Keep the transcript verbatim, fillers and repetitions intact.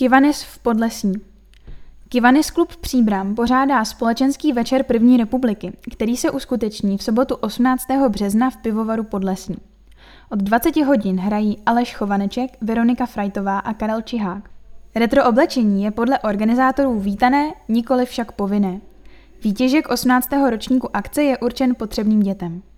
Kivanis v Podlesní. Kivanis klub Příbram pořádá společenský večer první republiky, který se uskuteční v sobotu osmnáctého března v pivovaru Podlesní. Od dvacet hodin hrají Aleš Chovaneček, Veronika Frajtová a Karel Čihák. Retro oblečení je podle organizátorů vítané, nikoli však povinné. Výtěžek osmnáctého ročníku akce je určen potřebným dětem.